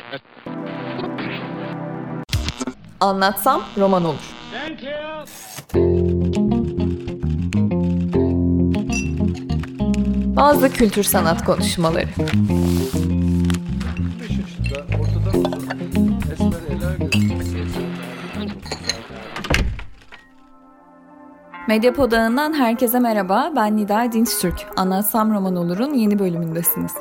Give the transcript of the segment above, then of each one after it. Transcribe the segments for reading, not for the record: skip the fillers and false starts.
Anlatsam roman olur. Bazı kültür sanat konuşmaları. Medyapod ağından herkese merhaba. Ben Nida Dinçtürk. Anlatsam roman olur'un yeni bölümündesiniz.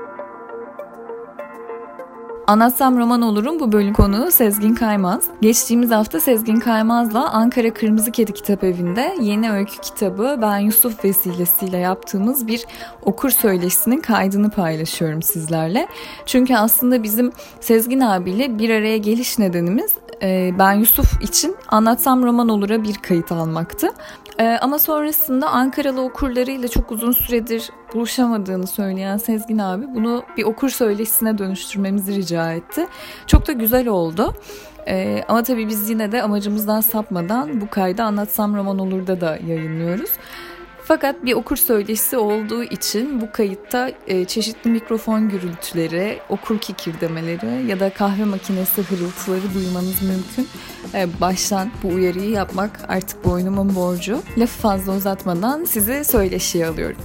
Anlatsam roman olur'un bu bölüm konuğu Sezgin Kaymaz. Geçtiğimiz hafta Sezgin Kaymaz'la Ankara Kırmızı Kedi Kitabevi'nde yeni öykü kitabı Ben Yusuf vesilesiyle yaptığımız bir okur söyleşisinin kaydını paylaşıyorum sizlerle. Çünkü aslında bizim Sezgin abiyle bir araya geliş nedenimiz Ben Yusuf için Anlatsam roman olur'a bir kayıt almaktı. Ama sonrasında Ankaralı okurlarıyla çok uzun süredir buluşamadığını söyleyen Sezgin abi bunu bir okur söyleşisine dönüştürmemizi rica etti. Çok da güzel oldu. Ama tabii biz yine de amacımızdan sapmadan bu kaydı Anlatsam roman olur'da da yayınlıyoruz. Fakat bir okur söyleşisi olduğu için bu kayıtta çeşitli mikrofon gürültüleri, okur kikirdemeleri ya da kahve makinesi hırıltıları duymanız mümkün. Baştan bu uyarıyı yapmak artık boynumun borcu. Lafı fazla uzatmadan sizi söyleşiye alıyorum.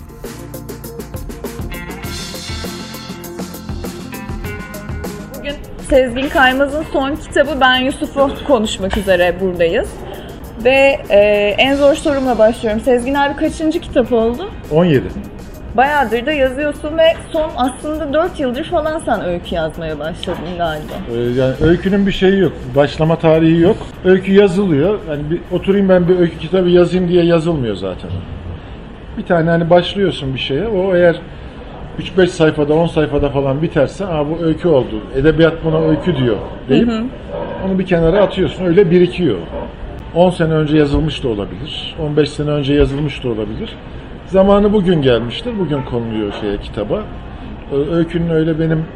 Bugün Sezgin Kaymaz'ın son kitabı Ben Yusuf'u konuşmak üzere buradayız. Ve en zor sorumla başlıyorum. Sezgin abi kaçıncı kitap oldu? 17. Bayağıdır da yazıyorsun ve son aslında 4 yıldır falan sen öykü yazmaya başladın galiba. Yani öykünün bir şeyi yok. Başlama tarihi yok. Öykü yazılıyor. Yani oturayım ben bir öykü kitabı yazayım diye yazılmıyor zaten. Bir tane hani başlıyorsun bir şeye. O eğer 3-5 sayfada 10 sayfada falan biterse bu öykü oldu. Edebiyat buna öykü diyor deyip onu bir kenara atıyorsun. Öyle birikiyor. 10 sene önce yazılmış da olabilir. 15 sene önce yazılmış da olabilir. Zamanı bugün gelmiştir. Bugün konuluyor kitaba. Öykünün öyle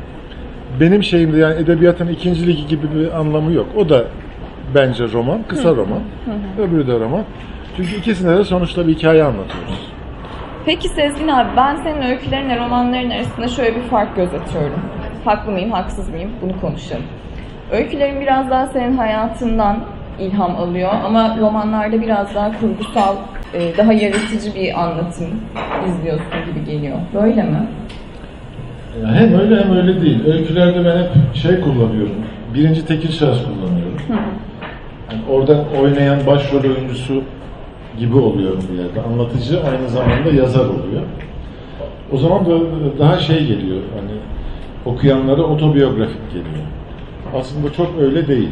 benim şeyimde yani edebiyatın ikinci ligi gibi bir anlamı yok. O da bence roman, kısa roman. Öbürü de roman. Çünkü ikisinde de sonuçta bir hikaye anlatıyoruz. Peki Sezgin abi ben senin öykülerinle romanların arasında şöyle bir fark gözetiyorum. Haklı mıyım, haksız mıyım? Bunu konuşalım. Öykülerin biraz daha senin hayatından ilham alıyor ama romanlarda biraz daha kurgusal, daha yaratıcı bir anlatım izliyorsun gibi geliyor. Böyle mi? Yani hem öyle hem öyle değil. Öykülerde ben hep kullanıyorum. Birinci tekil şahıs kullanıyorum. Yani orada oynayan başrol oyuncusu gibi oluyorum bir yerde. Anlatıcı aynı zamanda yazar oluyor. O zaman da daha geliyor. Hani okuyanlara otobiyografik geliyor. Aslında çok öyle değil.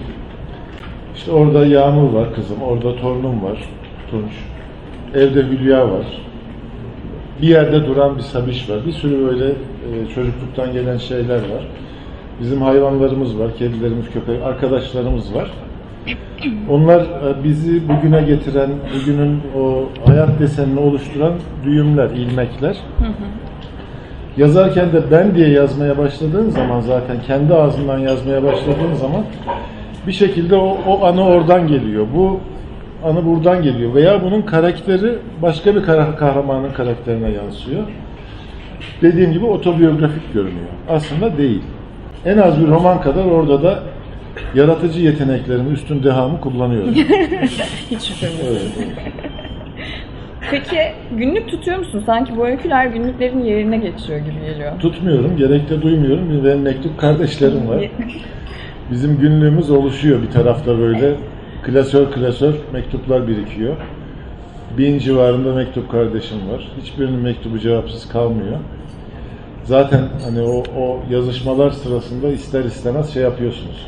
İşte orada Yağmur var kızım, orada torunum var, Tunç. Evde Hülya var. Bir yerde duran bir Sabiş var. Bir sürü böyle çocukluktan gelen şeyler var. Bizim hayvanlarımız var, kedilerimiz, köpek, arkadaşlarımız var. Onlar bizi bugüne getiren, bugünün o hayat desenini oluşturan düğümler, ilmekler. Yazarken de ben diye yazmaya başladığın zaman zaten kendi ağzından yazmaya başladığın zaman bir şekilde o anı oradan geliyor. Bu anı buradan geliyor. Veya bunun karakteri başka bir kahramanın karakterine yansıyor. Dediğim gibi otobiyografik görünüyor. Aslında değil. En az bir roman kadar orada da yaratıcı yeteneklerimin üstün dehamı kullanıyorum. Hiç şüphesiz. Evet. Peki günlük tutuyor musun? Sanki bu öyküler günlüklerin yerine geçiyor gibi geliyor. Tutmuyorum. Gerek de duymuyorum. Benim mektup kardeşlerim var. Bizim günlüğümüz oluşuyor bir tarafta böyle. Klasör mektuplar birikiyor. 1000 civarında mektup kardeşim var. Hiçbirinin mektubu cevapsız kalmıyor. Zaten hani o yazışmalar sırasında ister istemez yapıyorsunuz.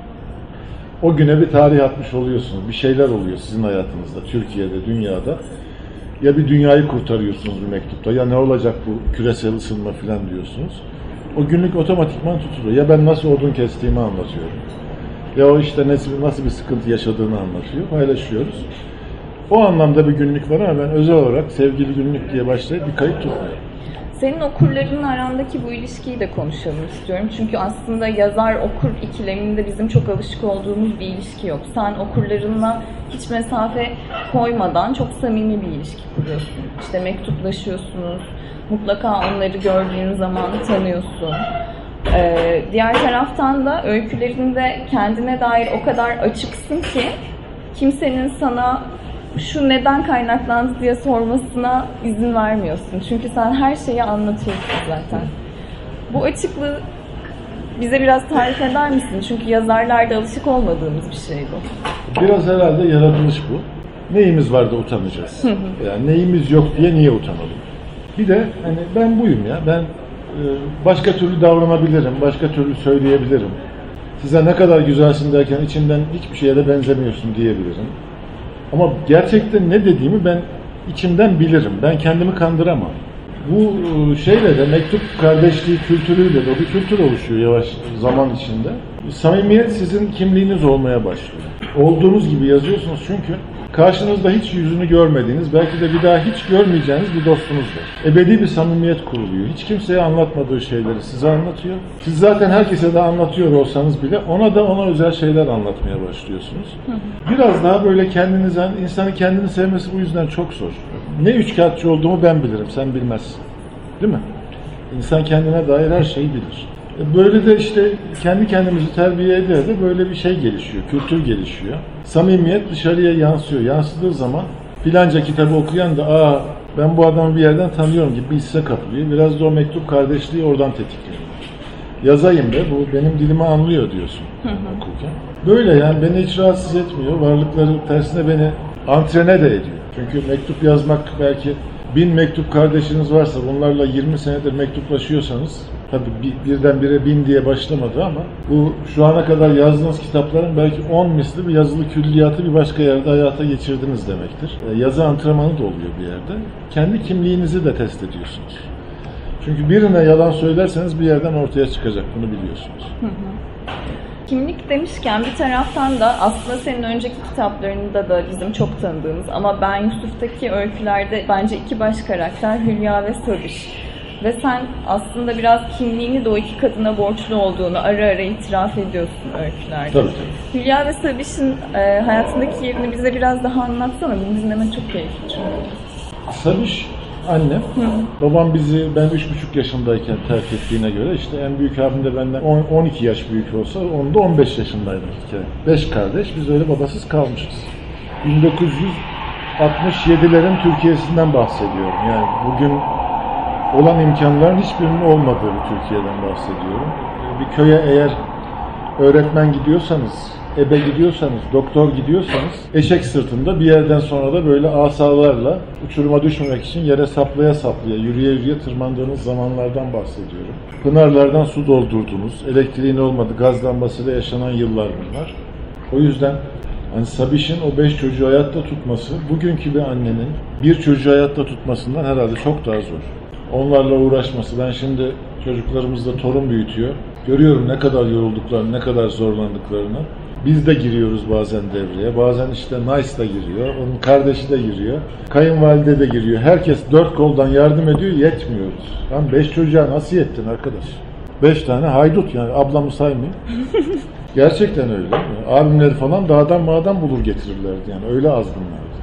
O güne bir tarih atmış oluyorsunuz. Bir şeyler oluyor sizin hayatınızda, Türkiye'de, dünyada. Ya bir dünyayı kurtarıyorsunuz bir mektupta, ya ne olacak bu küresel ısınma falan diyorsunuz. O günlük otomatikman tutuluyor. Ya ben nasıl odun kestiğimi anlatıyorum. Ya o işte nasıl bir sıkıntı yaşadığını anlatıyor, paylaşıyoruz. O anlamda bir günlük var ama ben özel olarak sevgili günlük diye başlayıp bir kayıt tutmuyorum. Senin okurlarının arandaki bu ilişkiyi de konuşalım istiyorum. Çünkü aslında yazar-okur ikileminde bizim çok alışık olduğumuz bir ilişki yok. Sen okurlarınla hiç mesafe koymadan çok samimi bir ilişki kuruyorsun. İşte mektuplaşıyorsunuz, mutlaka onları gördüğün zaman tanıyorsun. Diğer taraftan da öykülerinde kendine dair o kadar açıksın ki kimsenin sana şu neden kaynaklandı diye sormasına izin vermiyorsun. Çünkü sen her şeyi anlatıyorsun zaten. Bu açıklığı bize biraz tarif eder misin? Çünkü yazarlarda alışık olmadığımız bir şey bu. Biraz herhalde yaratılış bu. Neyimiz var da utanacağız? Yani neyimiz yok diye niye utanalım? Bir de hani ben buyum ya. Ben başka türlü davranabilirim, başka türlü söyleyebilirim. Size ne kadar güzelsin derken içimden hiçbir şeye de benzemiyorsun diyebilirim. Ama gerçekten ne dediğimi ben içimden bilirim. Ben kendimi kandıramam. Bu şeyle de mektup kardeşliği kültürüyle de bir kültür oluşuyor yavaş zaman içinde. Samimiyet sizin kimliğiniz olmaya başlıyor. Olduğunuz gibi yazıyorsunuz çünkü karşınızda hiç yüzünü görmediğiniz, belki de bir daha hiç görmeyeceğiniz bir dostunuz var. Ebedi bir samimiyet kuruluyor. Hiç kimseye anlatmadığı şeyleri size anlatıyor. Siz zaten herkese de anlatıyor olsanız bile ona özel şeyler anlatmaya başlıyorsunuz. Biraz daha böyle kendinizden, insanın kendini sevmesi bu yüzden çok zor. Ne üçkağıtçı olduğumu ben bilirim, sen bilmezsin. Değil mi? İnsan kendine dair her şeyi bilir. Böyle de işte kendi kendimizi terbiye eder de böyle bir şey gelişiyor, kültür gelişiyor. Samimiyet dışarıya yansıyor. Yansıdığı zaman filanca kitabı okuyan da ben bu adamı bir yerden tanıyorum gibi bir hisse kapılıyor. Biraz da o mektup kardeşliği oradan tetikliyor. Yazayım be, bu benim dilimi anlıyor diyorsun okurken. Böyle yani beni hiç rahatsız etmiyor. Varlıkları tersine beni antrene de ediyor. Çünkü mektup yazmak belki 1000 mektup kardeşiniz varsa bunlarla 20 senedir mektuplaşıyorsanız tabii birdenbire 1000 diye başlamadı ama bu şu ana kadar yazdığınız kitapların belki 10 misli bir yazılı külliyatı bir başka yerde hayata geçirdiniz demektir. Yazı antrenmanı da oluyor bir yerde. Kendi kimliğinizi de test ediyorsunuz. Çünkü birine yalan söylerseniz bir yerden ortaya çıkacak, bunu biliyorsunuz. Kimlik demişken bir taraftan da aslında senin önceki kitaplarında da bizim çok tanıdığımız ama Ben Yusuf'taki öykülerde bence iki baş karakter Hülya ve Sabiş. Ve sen aslında biraz kimliğini de o iki kadına borçlu olduğunu ara ara itiraf ediyorsun öykülerde. Tabii. Hülya ve Sabiş'in hayatındaki yerini bize biraz daha anlatsana. Bunu dinlemek çok keyifli çünkü. Sabiş annem. Babam bizi ben 3,5 yaşındayken terk ettiğine göre işte en büyük abim de benden 12 yaş büyük olsa onun da 15 yaşındaydı bir kere. 5 kardeş, biz öyle babasız kalmışız. 1967'lerin Türkiye'sinden bahsediyorum. Yani bugün olan imkanların hiçbirinin olmadığı bir Türkiye'den bahsediyorum. Bir köye eğer öğretmen gidiyorsanız, ebe gidiyorsanız, doktor gidiyorsanız eşek sırtında bir yerden sonra da böyle asalarla uçuruma düşmemek için yere saplaya saplaya, yürüye yürüye tırmandığınız zamanlardan bahsediyorum. Pınarlardan su doldurdunuz, elektriğin olmadı, gaz lambasıyla yaşanan yıllar bunlar. O yüzden hani Sabiş'in o 5 çocuğu hayatta tutması, bugünkü bir annenin bir çocuğu hayatta tutmasından herhalde çok daha zor. Onlarla uğraşması, ben şimdi çocuklarımızla torun büyütüyor. Görüyorum ne kadar yorulduklarını, ne kadar zorlandıklarını. Biz de giriyoruz bazen devreye. Bazen işte Nice da giriyor. Onun kardeşi de giriyor. Kayınvalide de giriyor. Herkes 4 koldan yardım ediyor. Yetmiyoruz. Lan 5 çocuğa nasıl yettin arkadaş? 5 tane haydut yani. Ablamı saymayayım. Gerçekten öyle. Abimleri falan dağdan mağdan bulur getirirlerdi. Yani öyle azgınlardı.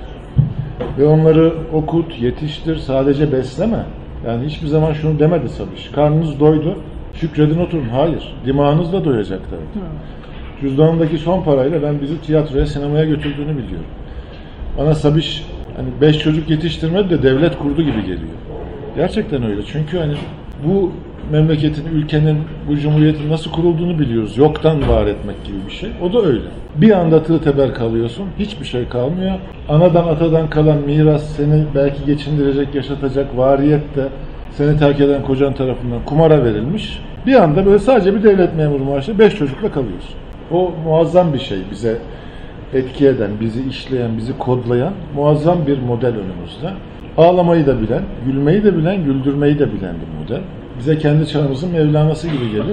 Ve onları okut, yetiştir, sadece besleme. Yani hiçbir zaman şunu demedi Sabiş. Karnınız doydu, şükredin oturun. Hayır, dimağınız da doyacaklardı. Cüzdanındaki son parayla ben bizi tiyatroya, sinemaya götürdüğünü biliyorum. Bana Sabiş hani 5 çocuk yetiştirmedi de devlet kurdu gibi geliyor. Gerçekten öyle. Çünkü hani bu memleketin, ülkenin, bu cumhuriyetin nasıl kurulduğunu biliyoruz. Yoktan var etmek gibi bir şey. O da öyle. Bir anda tığ teber kalıyorsun. Hiçbir şey kalmıyor. Anadan atadan kalan miras seni belki geçindirecek, yaşatacak variyette seni terk eden kocan tarafından kumara verilmiş. Bir anda böyle sadece bir devlet memuru maaşı 5 çocukla kalıyorsun. O muazzam bir şey bize etki eden, bizi işleyen, bizi kodlayan muazzam bir model önümüzde. Ağlamayı da bilen, gülmeyi de bilen, güldürmeyi de bilen bir model. Bize kendi çağımızın Mevlana'sı gibi gelir.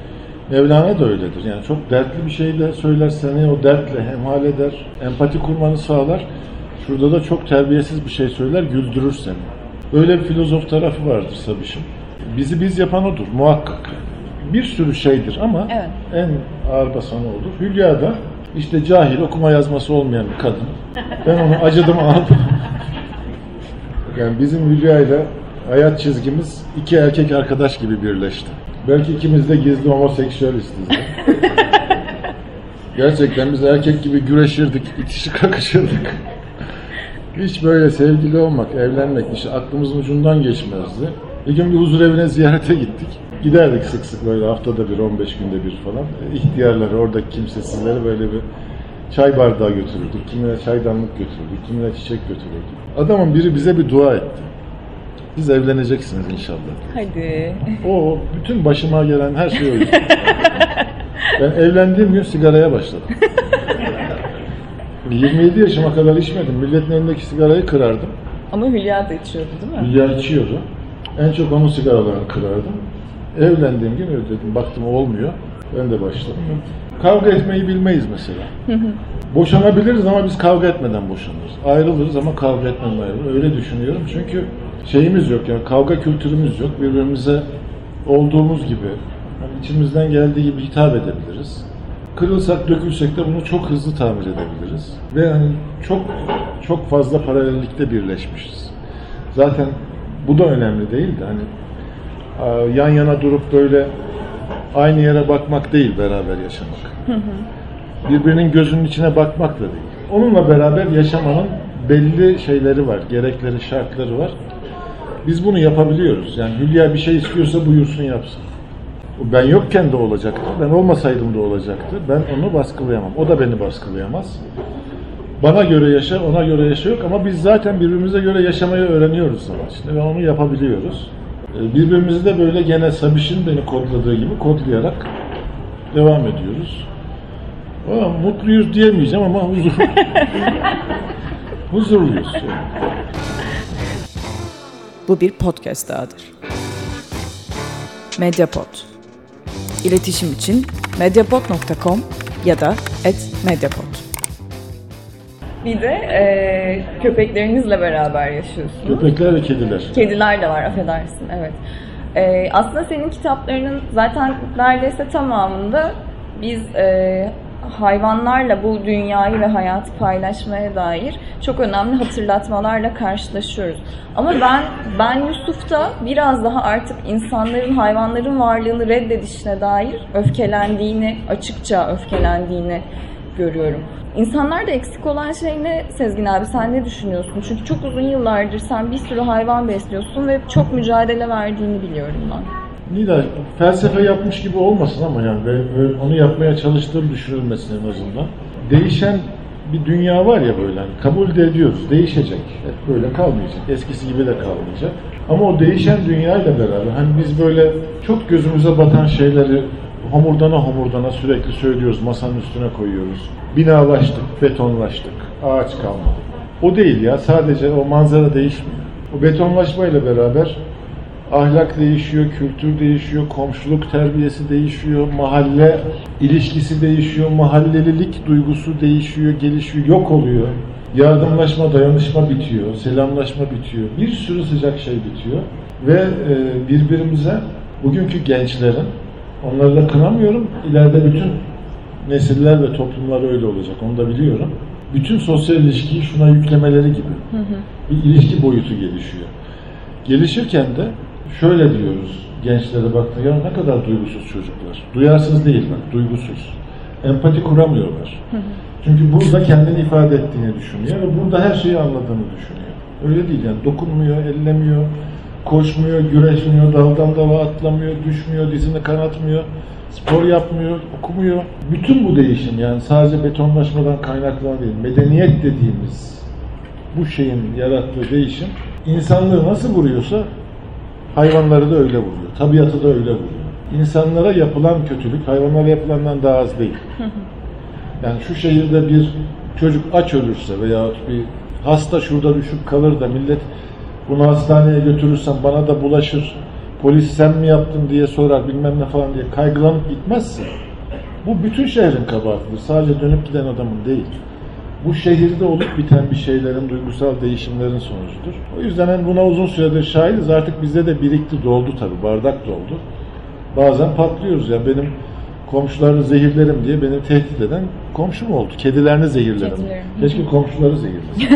Mevlana da öyledir. Yani çok dertli bir şey de söyler, seni o dertle hemhal eder, empati kurmanı sağlar. Şurada da çok terbiyesiz bir şey söyler, güldürür seni. Öyle bir filozof tarafı vardır Sabiş'in. Bizi biz yapan odur, muhakkak. Bir sürü şeydir ama evet, en ağır basanı odur. Hülya da işte cahil, okuma yazması olmayan bir kadın. Ben onu acıdım aldım. Yani bizim Hülya ile hayat çizgimiz iki erkek arkadaş gibi birleşti. Belki ikimiz de gizli homoseksüelistiz. Gerçekten biz erkek gibi güreşirdik, itişik kakışırdık. Hiç böyle sevgili olmak, evlenmek işte aklımızın ucundan geçmezdi. Bir gün bir huzur evine ziyarete gittik. Giderdik sık sık böyle haftada bir, 15 günde bir falan. İhtiyarları, oradaki kimsesizleri böyle bir çay bardağı götürürdük. Kimine çaydanlık götürürdük, kimine çiçek götürürdük. Adamın biri bize bir dua etti. Siz evleneceksiniz inşallah. Hadi. O bütün başıma gelen her şey o yüzden. Ben evlendiğim gün sigaraya başladım. 27 yaşıma kadar içmedim. Milletin elindeki sigarayı kırardım. Ama Hülya da içiyordu değil mi? Hülya içiyordu. En çok onun sigaralarını kırardım. Evlendiğim gün öyle dedim. Baktım olmuyor. Ben de başladım. Kavga etmeyi bilmeyiz mesela. Boşanabiliriz ama biz kavga etmeden boşanırız. Ayrılırız ama kavga etmeden ayrılırız. Öyle düşünüyorum. Çünkü şeyimiz yok yani kavga kültürümüz yok. Birbirimize olduğumuz gibi, yani içimizden geldiği gibi hitap edebiliriz. Kırılsak, dökülsek de bunu çok hızlı tamir edebiliriz. Ve hani çok fazla paralellikte birleşmişiz. Zaten bu da önemli değil de hani yan yana durup böyle aynı yere bakmak değil beraber yaşamak. Birbirinin gözünün içine bakmak da değil. Onunla beraber yaşamanın belli şeyleri var, gerekleri, şartları var. Biz bunu yapabiliyoruz. Yani Hülya bir şey istiyorsa buyursun yapsın. Ben yokken de olacaktı, ben olmasaydım da olacaktı. Ben onu baskılayamam, o da beni baskılayamaz. Bana göre yaşa, ona göre yaşa yok ama biz zaten birbirimize göre yaşamayı öğreniyoruz savaşta ve onu yapabiliyoruz. Birbirimizi de böyle gene Sabiş'in beni kodladığı gibi kodlayarak devam ediyoruz. Ama mutluyuz diyemeyeceğim ama huzurluyuz. Bu bir podcast dahadır. Mediapod. İletişim için mediapod.com ya da @mediapod. Bir de köpeklerinizle beraber yaşıyorsunuz. Köpekler ve kediler. Kediler de var, affedersin, evet. Aslında senin kitaplarının zaten neredeyse tamamında biz hayvanlarla bu dünyayı ve hayatı paylaşmaya dair çok önemli hatırlatmalarla karşılaşıyoruz. Ama ben Yusuf'ta biraz daha artık insanların, hayvanların varlığını reddedişine dair açıkça öfkelendiğini görüyorum. İnsanlarda eksik olan şey ne Sezgin abi? Sen ne düşünüyorsun? Çünkü çok uzun yıllardır sen bir sürü hayvan besliyorsun ve çok mücadele verdiğini biliyorum ben. Nida, felsefe yapmış gibi olmasın ama yani onu yapmaya çalıştığım düşünülmesin en azından. Değişen bir dünya var ya böyle, hani kabul de ediyoruz, değişecek. Hep böyle kalmayacak, eskisi gibi de kalmayacak. Ama o değişen dünyayla beraber hani biz böyle çok gözümüze batan şeyleri homurdana sürekli söylüyoruz, masanın üstüne koyuyoruz. Binalaştık, betonlaştık, ağaç kalmadı. O değil ya, sadece o manzara değişmiyor. O betonlaşmayla beraber ahlak değişiyor, kültür değişiyor, komşuluk terbiyesi değişiyor, mahalle ilişkisi değişiyor, mahallelilik duygusu değişiyor, gelişiyor, yok oluyor. Yardımlaşma, dayanışma bitiyor, selamlaşma bitiyor, bir sürü sıcak şey bitiyor. Ve birbirimize, bugünkü gençlerin, onları da kınamıyorum, ileride bütün nesiller ve toplumlar öyle olacak, onu da biliyorum. Bütün sosyal ilişkiyi şuna yüklemeleri gibi bir ilişki boyutu gelişiyor. Gelişirken de şöyle diyoruz gençlere baktığında, ya ne kadar duygusuz çocuklar. Duyarsız değiller, duygusuz. Empati kuramıyorlar. Çünkü burada kendini ifade ettiğini düşünüyor ve burada her şeyi anladığını düşünüyor. Öyle değil yani, dokunmuyor, ellemiyor, koşmuyor, güreşmiyor, daldan dala atlamıyor, düşmüyor, dizini kanatmıyor, spor yapmıyor, okumuyor. Bütün bu değişim yani sadece betonlaşmadan kaynaklanan değil, medeniyet dediğimiz bu şeyin yarattığı değişim insanlığı nasıl vuruyorsa hayvanları da öyle vuruyor, tabiatı da öyle vuruyor. İnsanlara yapılan kötülük hayvanlara yapılandan daha az değil. Yani şu şehirde bir çocuk aç ölürse veyahut bir hasta şurada düşüp kalır da millet bunu hastaneye götürürsen bana da bulaşır, polis sen mi yaptın diye sorar bilmem ne falan diye kaygılanıp gitmezse bu bütün şehrin kabahatidir. Sadece dönüp giden adamın değil. Bu şehirde olup biten bir şeylerin, duygusal değişimlerin sonucudur. O yüzden buna uzun süredir şahidiz. Artık bizde de birikti, doldu tabii, bardak doldu. Bazen patlıyoruz. Yani benim komşuları zehirlerim diye beni tehdit eden komşum oldu. Kedilerini zehirlerim. Keşke komşuları zehirlesin.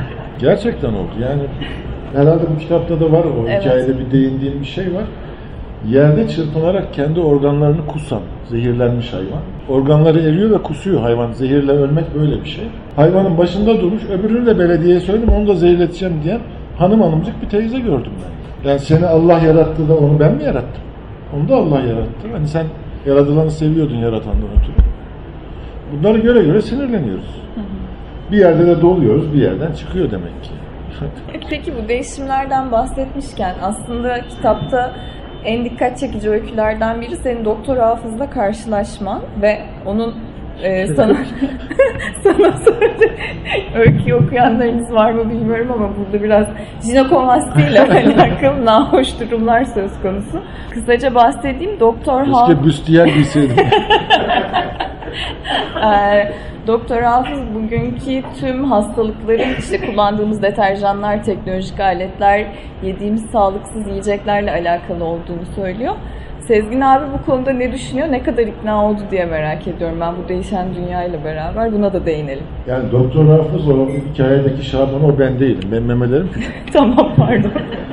Gerçekten oldu. Yani herhalde bu kitapta da var o hikayede bir değindiğim bir şey var. Yerde çırpınarak kendi organlarını kusan zehirlenmiş hayvan. Organları eriyor ve kusuyor hayvan. Zehirle ölmek böyle bir şey. Hayvanın başında durmuş, öbürünü de belediyeye söyledim, onu da zehirleteceğim diyen hanımcık bir teyze gördüm ben. Yani seni Allah yarattı da onu ben mi yarattım? Onu da Allah yarattı. Hani sen yaratılanı seviyordun yaratandan ötürü. Bunları göre sinirleniyoruz. Bir yerde de doluyoruz, bir yerden çıkıyor demek ki. Peki bu değişimlerden bahsetmişken aslında kitapta en dikkat çekici öykülerden biri senin Doktor Hafız'la karşılaşman ve onun sana öykü okuyanlarınız var mı bilmiyorum ama burada biraz jinekomastiyle alakalı nahoş durumlar söz konusu. Kısaca bahsedeyim. Keşke büstiyer bilseydim. Doktor Hafız bugünkü tüm hastalıkların işte kullandığımız deterjanlar, teknolojik aletler, yediğimiz sağlıksız yiyeceklerle alakalı olduğunu söylüyor. Sezgin abi bu konuda ne düşünüyor, ne kadar ikna oldu diye merak ediyorum ben bu değişen dünyayla beraber. Buna da değinelim. Yani Doktor Hafız o hikayedeki Şaban o ben değilim. Ben memelerim küçük. Tamam pardon.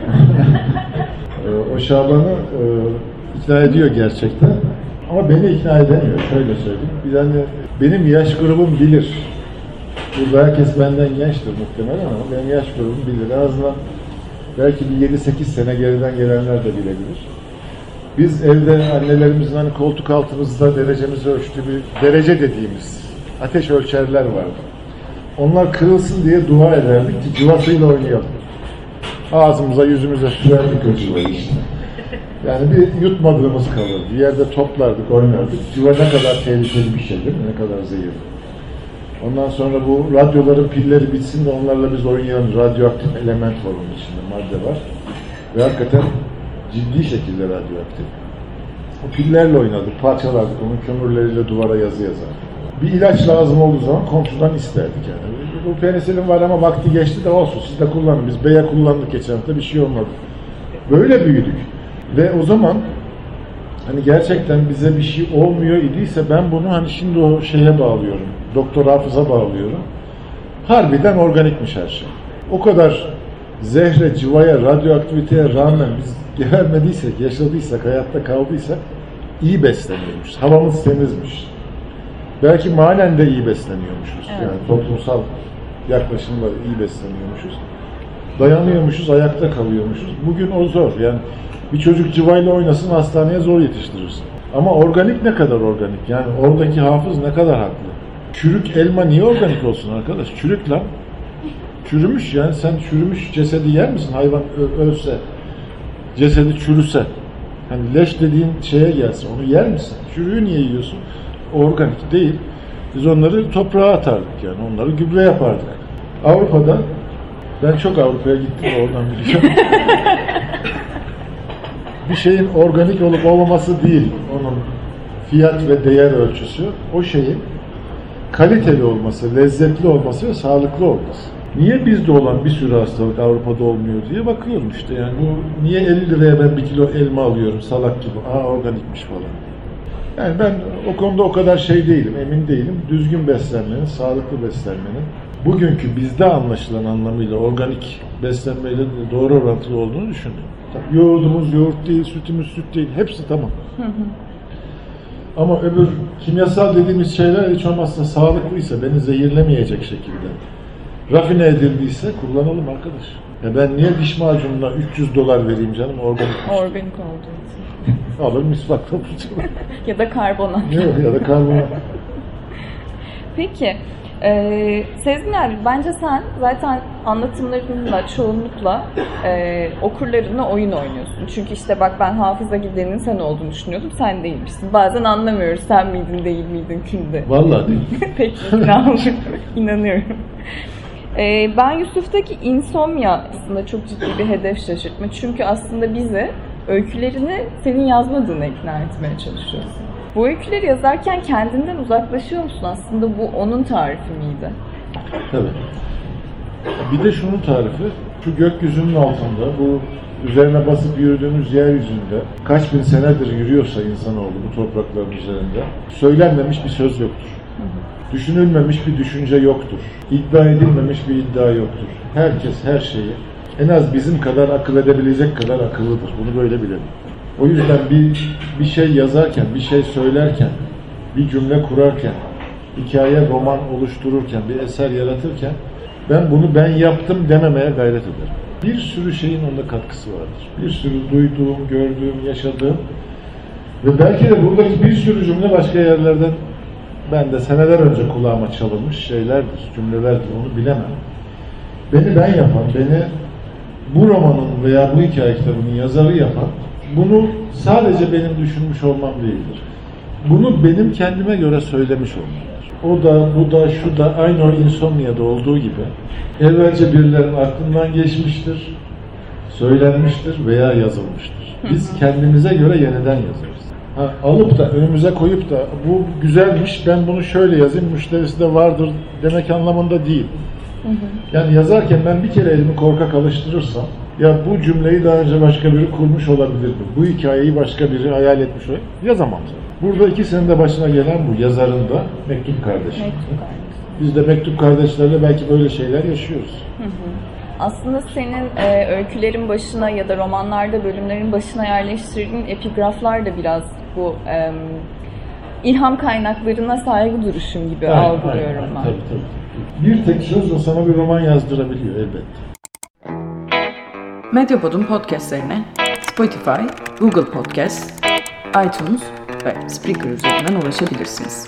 O Şaban'ı ikna ediyor gerçekten. Ama beni ikna edemiyor. Şöyle söyleyeyim. Yani benim yaş grubum bilir. Burada herkes benden gençtir muhtemelen ama benim yaş grubum bilir. En azından belki bir 7-8 sene geriden gelenler de bilebilir. Biz evde annelerimizin hani koltuk altımızda derecemizi ölçtüğü bir derece dediğimiz ateş ölçerler vardı. Onlar kırılsın diye dua ederdik ki cıvasıyla oynayalım. Ağzımıza yüzümüze sürerdik o cıvayı işte. Yani bir yutmadığımız kalırdı. Bir yerde toplardık, oynardık. Cıva ne kadar tehlikeli bir şey değil mi? Ne kadar zehirli. Ondan sonra bu radyoların pilleri bitsin de onlarla biz oynayalım. Radyoaktif element var onun içinde, madde var. Ve hakikaten ciddi şekilde radyoaktif. O pillerle oynadık, parçalardık. Onun kömürleriyle duvara yazı yazardık. Bir ilaç lazım olduğu zaman komşudan isterdik yani. Bu penisilin var ama vakti geçti de olsun. Siz de kullanın. Biz B'ye kullandık geçen hafta, bir şey olmadı. Böyle büyüdük. Ve o zaman hani gerçekten bize bir şey olmuyor idiyse ben bunu hani şimdi o şeye bağlıyorum. Doktor Hafız'a bağlıyorum. Harbiden organikmiş her şey. O kadar zehre, civaya, radyoaktiviteye rağmen biz gebermediysek, yaşadıysak, hayatta kaldıysak iyi besleniyormuşuz. Havamız temizmiş. Belki manen de iyi besleniyormuşuz. Evet. Yani toplumsal yaklaşımla iyi besleniyormuşuz. Dayanıyormuşuz, ayakta kalıyormuşuz. Bugün o zor. Yani bir çocuk cıvayla oynasın, hastaneye zor yetiştirirsin. Ama organik ne kadar organik? Yani oradaki hafız ne kadar haklı? Çürük elma niye organik olsun arkadaş? Çürük lan. Çürümüş yani. Sen çürümüş cesedi yer misin? Hayvan ölse, cesedi çürüse. Hani leş dediğin şeye gelse onu yer misin? Çürüğü niye yiyorsun? Organik değil. Biz onları toprağa atardık yani. Onları gübre yapardık. Avrupa'da ben çok Avrupa'ya gittim oradan biliyorum. Bir şeyin organik olup olmaması değil onun fiyat ve değer ölçüsü. O şeyin kaliteli olması, lezzetli olması ve sağlıklı olması. Niye bizde olan bir sürü hastalık Avrupa'da olmuyor diye bakıyorum işte. Yani bu niye 50 liraya ben 1 kilo elma alıyorum salak gibi. Organikmiş falan. Yani ben o konuda o kadar şey değilim, emin değilim. Düzgün beslenmenin, sağlıklı beslenmenin bugünkü bizde anlaşılan anlamıyla organik beslenmeyle doğru orantılı olduğunu düşünüyorum. Yoğurdumuz yoğurt değil, sütümüz süt değil. Hepsi tamam. Ama öbür kimyasal dediğimiz şeyler hiç olmazsa sağlıklıysa, beni zehirlemeyecek şekilde rafine edildiyse kullanalım arkadaş. Ya ben niye diş macununa $300 vereyim canım organik? Organik olduğu için. Alır misvakla fırçalar. Ya da karbonat. Yok ya da karbonat. Peki. Sezgin abi bence sen zaten anlatımlarınla çoğunlukla okurlarına oyun oynuyorsun. Çünkü işte bak ben hafıza gidenin sen olduğunu düşünüyordum. Sen değilmişsin. Bazen anlamıyoruz sen miydin değil miydin kimdi. Vallahi değil. Peki inanıyorum. Ben Yusuf'taki insomnia aslında çok ciddi bir hedef şaşırtma. Çünkü aslında bizi öykülerini senin yazmadığına ikna etmeye çalışıyorsun. Bu öyküleri yazarken kendinden uzaklaşıyor musun? Aslında bu onun tarifi miydi? Tabii. Bir de şunun tarifi, şu gökyüzünün altında, bu üzerine basıp yürüdüğümüz yeryüzünde kaç bin senedir yürüyorsa insanoğlu bu toprakların üzerinde, söylenmemiş bir söz yoktur. Düşünülmemiş bir düşünce yoktur. İddia edilmemiş bir iddia yoktur. Herkes her şeyi en az bizim kadar akıl edebilecek kadar akıllıdır. Bunu böyle bilelim. O yüzden bir şey yazarken, bir şey söylerken, bir cümle kurarken, hikaye, roman oluştururken, bir eser yaratırken ben yaptım dememeye gayret ederim. Bir sürü şeyin onda katkısı vardır. Bir sürü duyduğum, gördüğüm, yaşadığım ve belki de buradaki bir sürü cümle başka yerlerden ben de seneler önce kulağıma çalınmış şeylerdir, cümlelerdir, onu bilemem. Beni ben yapan, beni bu romanın veya bu hikaye kitabının yazarı yapan, bunu sadece benim düşünmüş olmam değildir. Bunu benim kendime göre söylemiş olmamdır. O da, bu da, şu da aynı o Insomnia'da olduğu gibi evvelce birilerinin aklından geçmiştir, söylenmiştir veya yazılmıştır. Biz kendimize göre yeniden yazarız. Alıp da önümüze koyup da bu güzelmiş, ben bunu şöyle yazayım, müşterisi de vardır demek anlamında değil. Yani yazarken ben bir kere elimi korkak alıştırırsam, ya bu cümleyi daha önce başka biri kurmuş olabilir mi? Bu hikayeyi başka biri hayal etmiş olabilir mi? Yazamam zaten. Burada ikisinin de başına gelen bu. Yazarın da Mektup Kardeşi. Biz de Mektup Kardeşlerle belki böyle şeyler yaşıyoruz. Aslında senin öykülerin başına ya da romanlarda bölümlerin başına yerleştirdiğin epigraflar da biraz bu ilham kaynaklarına saygı duruşum gibi algılıyorum ben. Tabii. Bir tek sözle sana bir roman yazdırabiliyor elbette. Medyapod'un podcastlerine Spotify, Google Podcast, iTunes ve Spreaker üzerinden ulaşabilirsiniz.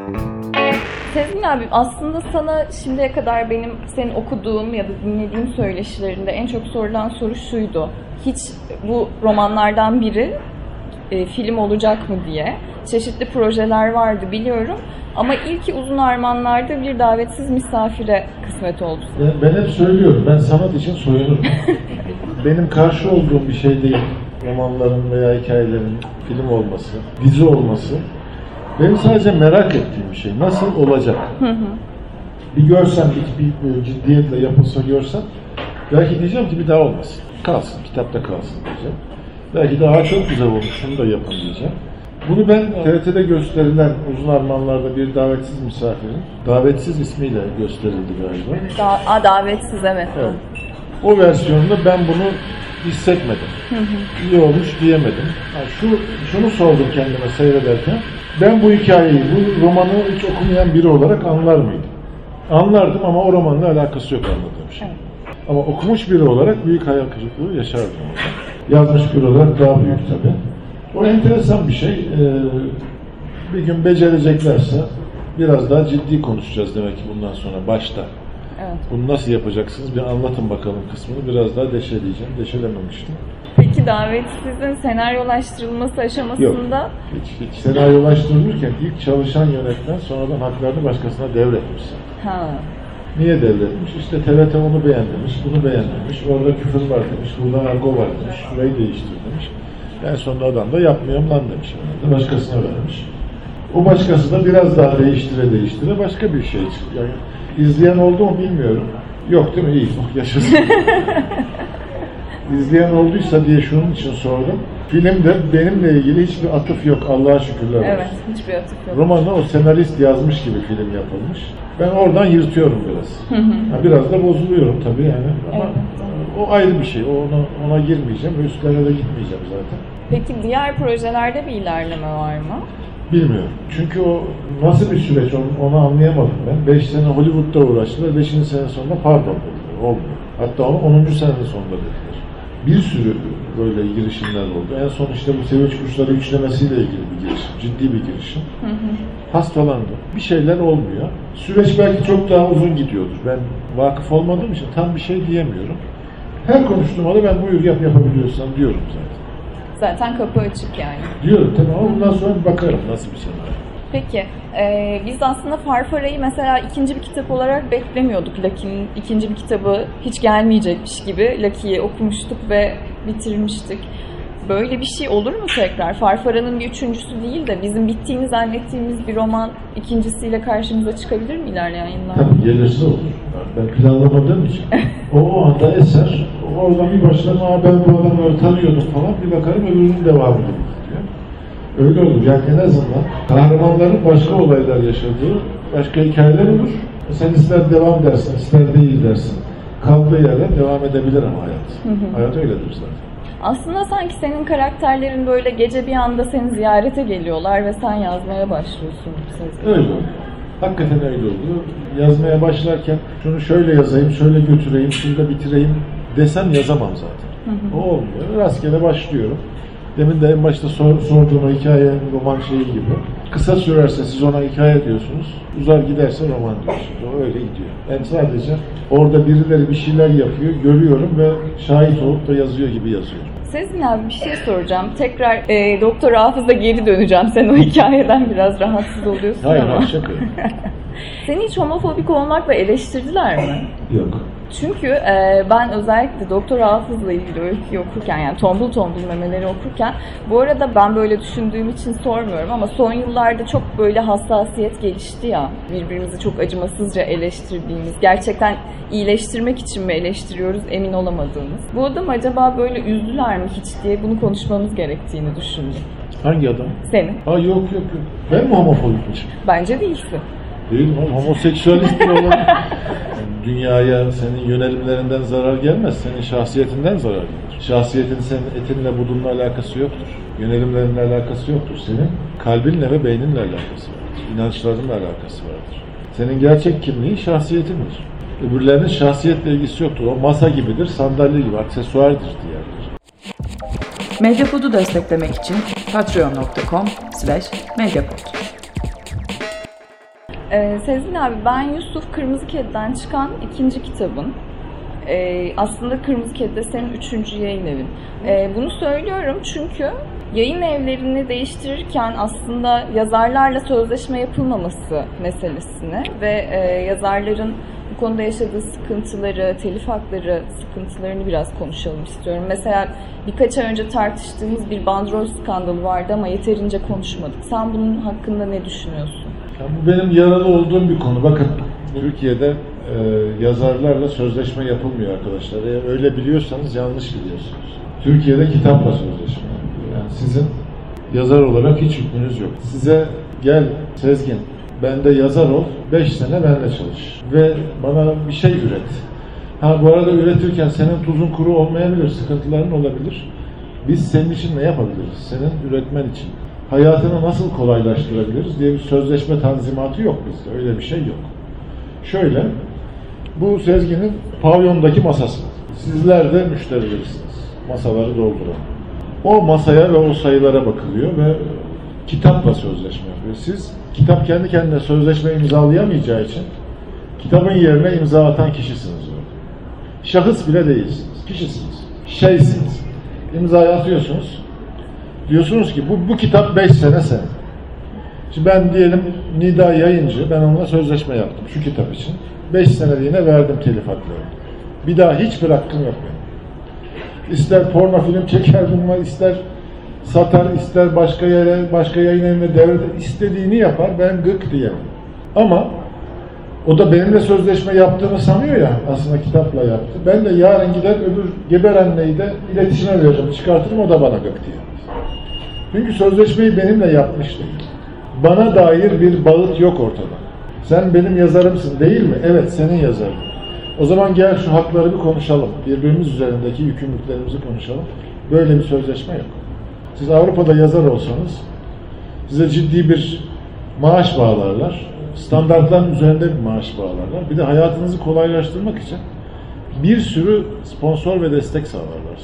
Sezgin abi, aslında sana şimdiye kadar benim senin okuduğum ya da dinlediğim söyleşilerinde en çok sorulan soru şuydu. Hiç bu romanlardan biri film olacak mı diye. Çeşitli projeler vardı biliyorum. Ama ilk uzun armağanlarda bir davetsiz misafire kısmet oldu. Ben hep söylüyorum, ben sanat için soyunurum. Benim karşı olduğum bir şey değil. Romanların veya hikayelerin film olması, dizi olması. Benim sadece merak ettiğim bir şey. Nasıl olacak? Bir görsem, bir ciddiyetle yapılsa görsem, belki diyeceğim ki bir daha olmasın. Kalsın, kitapta kalsın diyeceğim. Belki daha çok güzel olur, şunu da yapın diyeceğim. Bunu ben TRT'de gösterilen uzun armağanlarda bir davetsiz misafirin, davetsiz ismiyle gösterildi galiba. Davetsiz, evet. O versiyonunda ben bunu hissetmedim. İyi olmuş diyemedim. Yani şunu sordum kendime seyrederken, ben bu hikayeyi, bu romanı hiç okumayan biri olarak anlar mıydım? Anlardım ama o romanla alakası yok anladığım şey. Ama okumuş biri olarak büyük hayal kırıklığı yaşardım. Yazmış biri olarak daha büyük tabii. O enteresan bir şey. Bir gün becereceklerse biraz daha ciddi konuşacağız demek ki bundan sonra başta. Evet. Bunu nasıl yapacaksınız? Bir anlatın bakalım kısmını. Biraz daha deşeleyeceğim. Deşelememiştim. Peki davetsizin senaryolaştırılması aşamasında? Yok. Hiç senaryolaştırılırken ilk çalışan yönetmen sonradan haklarını başkasına devretmiş. Niye devretmiş? İşte TRT onu beğenmemiş, bunu beğenmemiş. Orada küfür var demiş, burada argo var demiş. Şurayı değiştir demiş. En sonunda adam da yapmıyorum lan demiş. Başkasına vermiş. O başkası da biraz daha değiştire başka bir şey çıktı. Yani izleyen oldu mu bilmiyorum. Yok değil mi? İyi. Yaşasın. İzleyen olduysa diye şunun için sordum. Filmde benimle ilgili hiçbir atıf yok. Allah'a şükürler olsun. Evet, hiçbir atıf yok. Romanı o senarist yazmış gibi film yapılmış. Ben oradan yırtıyorum biraz. Biraz da bozuluyorum tabii yani. Ama o ayrı bir şey. Ona girmeyeceğim. Üstlerine de gitmeyeceğim zaten. Peki diğer projelerde bir ilerleme var mı? Bilmiyorum. Çünkü o nasıl bir süreç onu anlayamadım ben. 5 sene Hollywood'da uğraştılar. 5. sene sonunda pardon dediler. Olmuyor. Hatta onu 10. senenin sonunda dediler. Bir sürü böyle girişimler oldu. En son işte bu Sevinç Kuşları üçlemesiyle ilgili bir girişim. Ciddi bir girişim. Hastalandı. Bir şeyler olmuyor. Süreç belki çok daha uzun gidiyordur. Ben vakıf olmadığım için tam bir şey diyemiyorum. Her konuştuğumda ben buyur yapabiliyorsan diyorum zaten. Zaten kapı açık yani. Diyorum tabii ama bundan sonra bir bakarım nasıl bir senaryo. Peki, biz aslında Farfara'yı mesela ikinci bir kitap olarak beklemiyorduk. Lucky'nin ikinci bir kitabı hiç gelmeyecekmiş gibi Lucky'yi okumuştuk ve bitirmiştik. Böyle bir şey olur mu tekrar? Farfara'nın bir üçüncüsü değil de bizim bittiğini zannettiğimiz bir roman ikincisiyle karşımıza çıkabilir mi ilerleyen yıllarda? Tabii gelirse olur. Ben planlamadığım için. O anda eser, oradan bir başlama, ben bu adamları tanıyordum falan, bir bakarım öbürünün devamı diyor. Öyle olur. Yani en azından kahramanların başka olaylar yaşadığı, başka hikayeler olur. Sen ister devam dersin, ister değil dersin. Kaldığı yerden devam edebilir ama hayat. Hayat öyledir zaten. Aslında sanki senin karakterlerin böyle gece bir anda seni ziyarete geliyorlar ve sen yazmaya başlıyorsun. Öyle oldu. Hakikaten öyle oldu. Yazmaya başlarken şunu şöyle yazayım, şöyle götüreyim, şunu da bitireyim desem yazamam zaten. O olmuyor. Rastgele başlıyorum. Demin de en başta sorduğum o hikaye, roman şeyi gibi. Kısa sürerse siz ona hikaye diyorsunuz, uzar giderse roman diyorsunuz. O öyle gidiyor. Ben sadece orada birileri bir şeyler yapıyor, görüyorum ve şahit olup da yazıyor gibi yazıyorum. Sezgin abi bir şey soracağım. Tekrar Doktor Hafız'a geri döneceğim. Sen o hikayeden biraz rahatsız oluyorsun hayır, ama. Hayır, şaka. Seni hiç homofobik olmakla eleştirdiler mi? Yok. Çünkü ben özellikle Doktor Hafız'la ilgili öyküyü okurken, yani tombul memeleri okurken, bu arada ben böyle düşündüğüm için sormuyorum ama son yıllarda çok böyle hassasiyet gelişti ya, birbirimizi çok acımasızca eleştirdiğimiz, gerçekten iyileştirmek için mi eleştiriyoruz emin olamadığımız. Bu adam acaba böyle üzdüler mi hiç diye bunu konuşmamız gerektiğini düşündüm. Hangi adam? Seni. Yok. Ben mi homofobikmişim? Bence değilsin. Değilim oğlum, homoseksüalist bile olabilir. Dünyaya senin yönelimlerinden zarar gelmez, senin şahsiyetinden zarar gelir. Şahsiyetin senin etinle budunla alakası yoktur. Yönelimlerinle alakası yoktur. Senin kalbinle ve beyninle alakası vardır. İnançlarınla alakası vardır. Senin gerçek kimliğin şahsiyetindir. Öbürlerinin şahsiyetle ilgisi yoktur. O masa gibidir, sandalye gibi, aksesuardır diğerleri. Medyapod'u desteklemek için patreon.com/medyapod. Sezgin abi, ben Yusuf Kırmızı Kedi'den çıkan ikinci kitabın. Aslında Kırmızı Kedi de senin 3. yayın evin. Bunu söylüyorum çünkü yayın evlerini değiştirirken aslında yazarlarla sözleşme yapılmaması meselesini ve yazarların bu konuda yaşadığı sıkıntıları, telif hakları sıkıntılarını biraz konuşalım istiyorum. Mesela birkaç ay önce tartıştığımız bir bandrol skandalı vardı ama yeterince konuşmadık. Sen bunun hakkında ne düşünüyorsun? Bu benim yaralı olduğum bir konu. Bakın, Türkiye'de yazarlarla sözleşme yapılmıyor arkadaşlar. Eğer öyle biliyorsanız yanlış biliyorsunuz. Türkiye'de kitapla sözleşme yapılıyor. Yani sizin yazar olarak hiç hükmünüz yok. Size gel Sezgin, bende yazar ol, 5 sene benimle çalış ve bana bir şey üret. Bu arada üretirken senin tuzun kuru olmayabilir, sıkıntıların olabilir. Biz senin için ne yapabiliriz? Senin üretmen için. Hayatını nasıl kolaylaştırabiliriz diye bir sözleşme tanzimatı yok bizde. Öyle bir şey yok. Şöyle, bu Sezgin'in pavyondaki masası. Sizler de müşterilerisiniz. Masaları dolduran. O masaya ve o sayılara bakılıyor ve kitapla sözleşme yapıyor. Siz, kitap kendi kendine sözleşme imzalayamayacağı için kitabın yerine imza atan kişisiniz orada. Şahıs bile değilsiniz. Kişisiniz. Şeysiniz. İmzayı atıyorsunuz. Diyorsunuz ki bu kitap 5 sene senin. Şimdi ben diyelim Nida Yayıncı, ben onunla sözleşme yaptım şu kitap için. 5 seneliğine verdim telif haklarını. Bir daha hiçbir hakkım yok benim. İster porno film çeker bununla, ister satar, ister başka yere, başka yayın evine devret, istediğini yapar, ben gık diyemem. Ama o da benimle sözleşme yaptığını sanıyor ya, aslında kitapla yaptı. Ben de yarın gider öbür Geberen'leyi de iletişime veririm, çıkartırım, o da bana gık diyor. Çünkü sözleşmeyi benimle yapmış değil. Bana dair bir bağıt yok ortada. Sen benim yazarımsın değil mi? Evet, senin yazarın. O zaman gel şu hakları bir konuşalım. Birbirimiz üzerindeki yükümlülüklerimizi konuşalım. Böyle bir sözleşme yok. Siz Avrupa'da yazar olsanız size ciddi bir maaş bağlarlar. Standartların üzerinde bir maaş bağlarlar. Bir de hayatınızı kolaylaştırmak için bir sürü sponsor ve destek sağlarlar.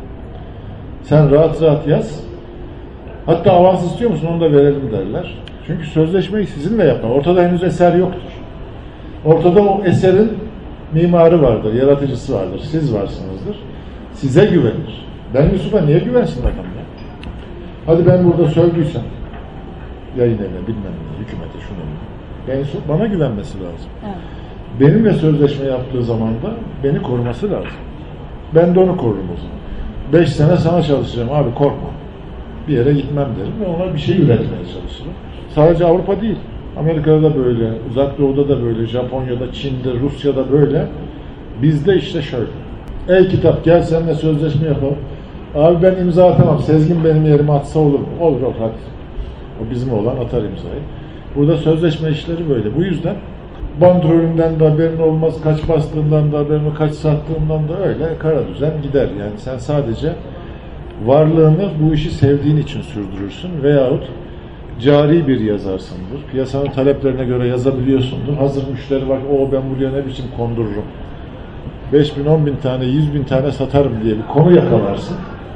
Sen rahat rahat yaz. Hatta avans istiyor musun onu da verelim derler. Çünkü sözleşmeyi sizinle yapar. Ortada henüz eser yoktur. Ortada o eserin mimarı vardır, yaratıcısı vardır. Siz varsınızdır. Size güvenir. Ben Yusuf'a niye güvensin bakalım ya? Hadi ben burada sövdüysem yayın evine, bilmem ne, hükümete, şunu. Ben Yusuf bana güvenmesi lazım. Evet. Benimle sözleşme yaptığı zaman da beni koruması lazım. Ben de onu korurum o zaman. 5 sene sana çalışacağım abi, korkma. Bir yere gitmem derim ve ona bir şey üretmeye çalışırım. Sadece Avrupa değil. Amerika'da da böyle, Uzak Doğu'da da böyle, Japonya'da, Çin'de, Rusya'da böyle. Bizde işte şöyle. Ey kitap gel seninle sözleşme yapalım. Abi ben imza atamam. Sezgin benim yerime atsa olur mu? Olur hadi. O bizim olan atar imzayı. Burada sözleşme işleri böyle. Bu yüzden bandrolünden de haberin olmaz, kaç bastığından da haberin, kaç sattığından da öyle kara düzen gider. Yani sen sadece varlığını bu işi sevdiğin için sürdürürsün veyahut cari bir yazarsındır. Piyasanın taleplerine göre yazabiliyorsundur. Hazır müşteri var, ben buraya ne biçim kondururum. 5.000, 10.000 tane, 100.000 tane satarım diye bir konu yakalarsın.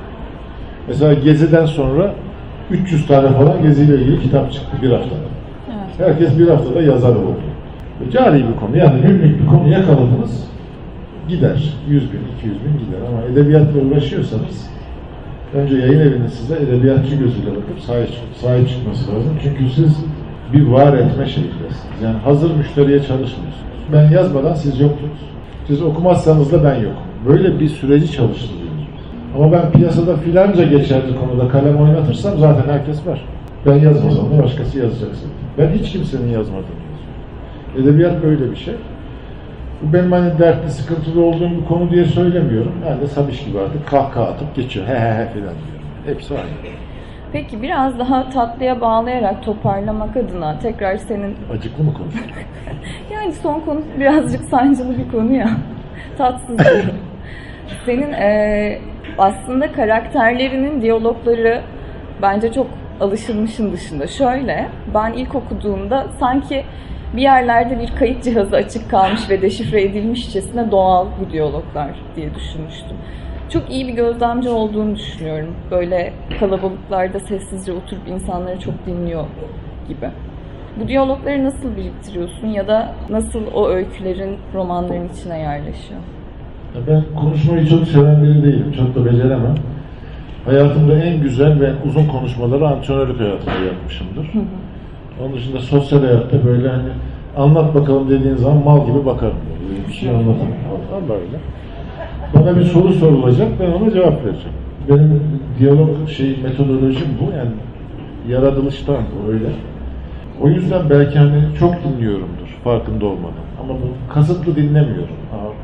Mesela Gezi'den sonra 300 tane falan Gezi'yle ilgili kitap çıktı bir haftada. Evet. Herkes bir haftada yazar oldu. Cari bir konu, yani günlük bir konu yakaladınız, gider. 100.000, 200.000 gider. Ama edebiyatla uğraşıyorsanız önce yayın evinin size edebiyatçı gözüyle bakıp sahip çıkması lazım. Çünkü siz bir var etme şeyindesiniz. Yani hazır müşteriye çalışmıyorsunuz. Ben yazmadan siz yoktunuz. Siz okumazsanız da ben yokum. Böyle bir süreci çalıştırıyoruz. Ama ben piyasada filanca geçerli konuda kalem oynatırsam zaten herkes var. Ben yazmasam da başkası yazacaksın. Ben hiç kimsenin yazmadığını yazıyorum. Edebiyat böyle bir şey. Bu benim hani dertli, sıkıntılı olduğum bir konu diye söylemiyorum. Ben de Sabiş gibi artık kahkaha atıp geçiyor. He filan diyorum. Hepsi aynı. Peki biraz daha tatlıya bağlayarak toparlamak adına tekrar senin... Acıklı mı konuştun? Yani son konu birazcık sancılı bir konu ya. Tatsız değil. Senin aslında karakterlerinin diyalogları bence çok alışılmışın dışında. Şöyle, ben ilk okuduğumda sanki bir yerlerde bir kayıt cihazı açık kalmış ve deşifre edilmişçesine doğal bu diyaloglar diye düşünmüştüm. Çok iyi bir gözlemci olduğunu düşünüyorum. Böyle kalabalıklarda sessizce oturup insanları çok dinliyor gibi. Bu diyalogları nasıl biriktiriyorsun ya da nasıl o öykülerin romanların içine yerleşiyor? Ben konuşmayı çok seven biri değilim. Çok da beceremem. Hayatımda en güzel ve uzun konuşmaları antrenörlük hayatımda yapmışımdır. Onun dışında sosyal hayatta böyle hani anlat bakalım dediğin zaman mal gibi bakarım. Böyle bir şey anlatamam. Böyle. Bana bir soru sorulacak, ben ona cevap vereceğim. Benim diyalog metodolojim bu. Yani yaratılıştan öyle. O yüzden belki hani çok dinliyorumdur farkında olmadan. Ama bu kasıtlı dinlemiyorum.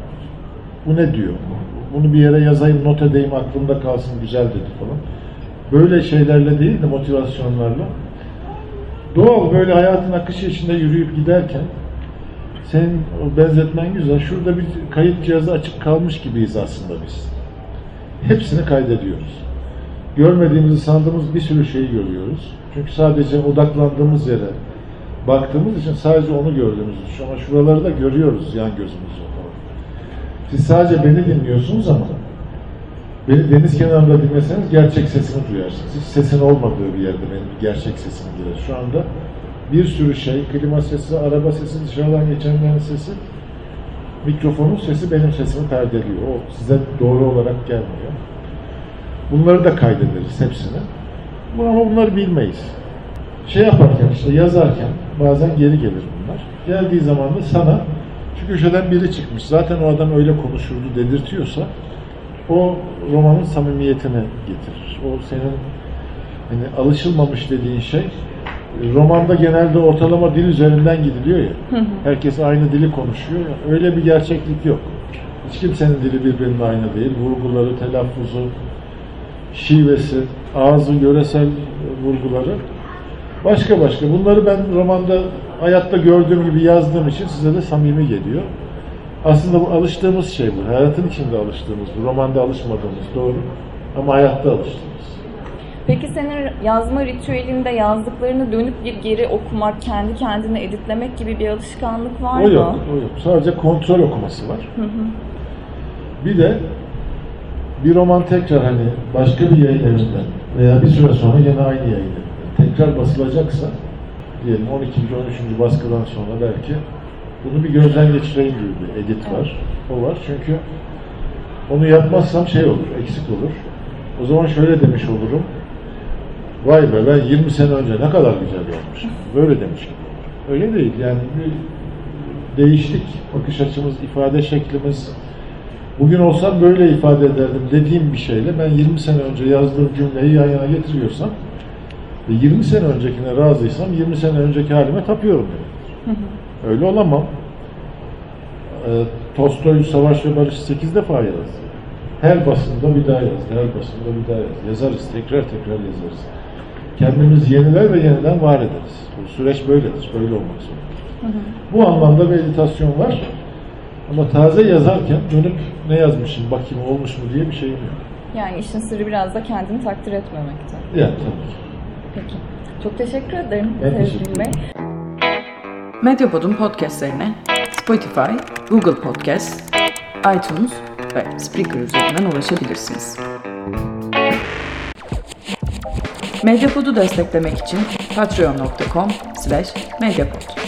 Bu ne diyor? Bunu bir yere yazayım, not edeyim, aklımda kalsın, güzel dedi falan. Böyle şeylerle değil de motivasyonlarla. Doğal böyle hayatın akışı içinde yürüyüp giderken senin o benzetmen güzel. Şurada bir kayıt cihazı açık kalmış gibiyiz aslında biz. Hepsini kaydediyoruz. Görmediğimizi sandığımız bir sürü şeyi görüyoruz. Çünkü sadece odaklandığımız yere baktığımız için sadece onu gördüğümüzü düşünüyoruz. Ama şuraları da görüyoruz yan gözümüzle. Siz sadece beni dinliyorsunuz ama beni deniz kenarında dinleseniz gerçek sesimi duyarsınız. Hiç sesin olmadığı bir yerde benim gerçek sesim gelir. Şu anda bir sürü şey, klima sesi, araba sesi, dışarıdan geçenlerin sesi, mikrofonun sesi benim sesimi perdeliyor. O size doğru olarak gelmiyor. Bunları da kaydederiz hepsini. Ama bunları bilmeyiz. Yaparken işte yazarken bazen geri gelir bunlar. Geldiği zaman da sana şu köşeden biri çıkmış. Zaten o adam öyle konuşurdu dedirtiyorsa o romanın samimiyetini getirir. O senin hani alışılmamış dediğin şey romanda genelde ortalama dil üzerinden gidiliyor ya. Herkes aynı dili konuşuyor ya. Öyle bir gerçeklik yok. Hiç kimsenin dili birbirine aynı değil. Vurguları, telaffuzu, şivesi, ağzı, yöresel vurguları başka. Bunları ben romanda hayatta gördüğüm gibi yazdığım için size de samimi geliyor. Aslında bu alıştığımız şey bu. Hayatın içinde alıştığımız bu. Romanda alışmadığımız doğru. Ama hayatta alıştığımız. Peki senin yazma ritüelinde yazdıklarını dönüp bir geri okumak, kendi kendine editlemek gibi bir alışkanlık var mı? O yok. Sadece kontrol okuması var. Bir de bir roman tekrar hani başka bir yayın evinden veya bir süre sonra yine aynı yayın evinden tekrar basılacaksa diyelim 12. 13. baskıdan sonra belki bunu bir gözden geçireyim gibi bir edit var. O var. Çünkü onu yapmazsam olur, eksik olur. O zaman şöyle demiş olurum. Vay be ben 20 sene önce ne kadar güzel yazmışım. Böyle demiş gibi olur. Öyle değil. Yani bir değiştik. Bakış açımız, ifade şeklimiz. Bugün olsam böyle ifade ederdim dediğim bir şeyle ben 20 sene önce yazdığım cümleyi yan yana getiriyorsam ve 20 sene öncekine razıysam 20 sene önceki halime tapıyorum demektir. Öyle olamam. Tolstoy Savaş ve Barış 8 defa yazdı. Her basında bir daha yazdı. Her basında bir daha yazdı. Yazarız. Tekrar yazarız. Kendimiz yeniler ve yeniden var ederiz. Bu süreç böyledir. Böyle olmak zorunda. Bu anlamda bir editasyon var. Ama taze yazarken dönüp ne yazmışım, bakayım olmuş mu diye bir şeyim yok. Yani işin sırrı biraz da kendini takdir etmemekte. Ya tabii ki. Peki. Çok teşekkür ederim Ben Sezgin teşekkür Bey. ederim. Medyapod'un podcastlerine Spotify, Google Podcast, iTunes ve Spreaker üzerinden ulaşabilirsiniz. Medyapod'u desteklemek için patreon.com/medyapod.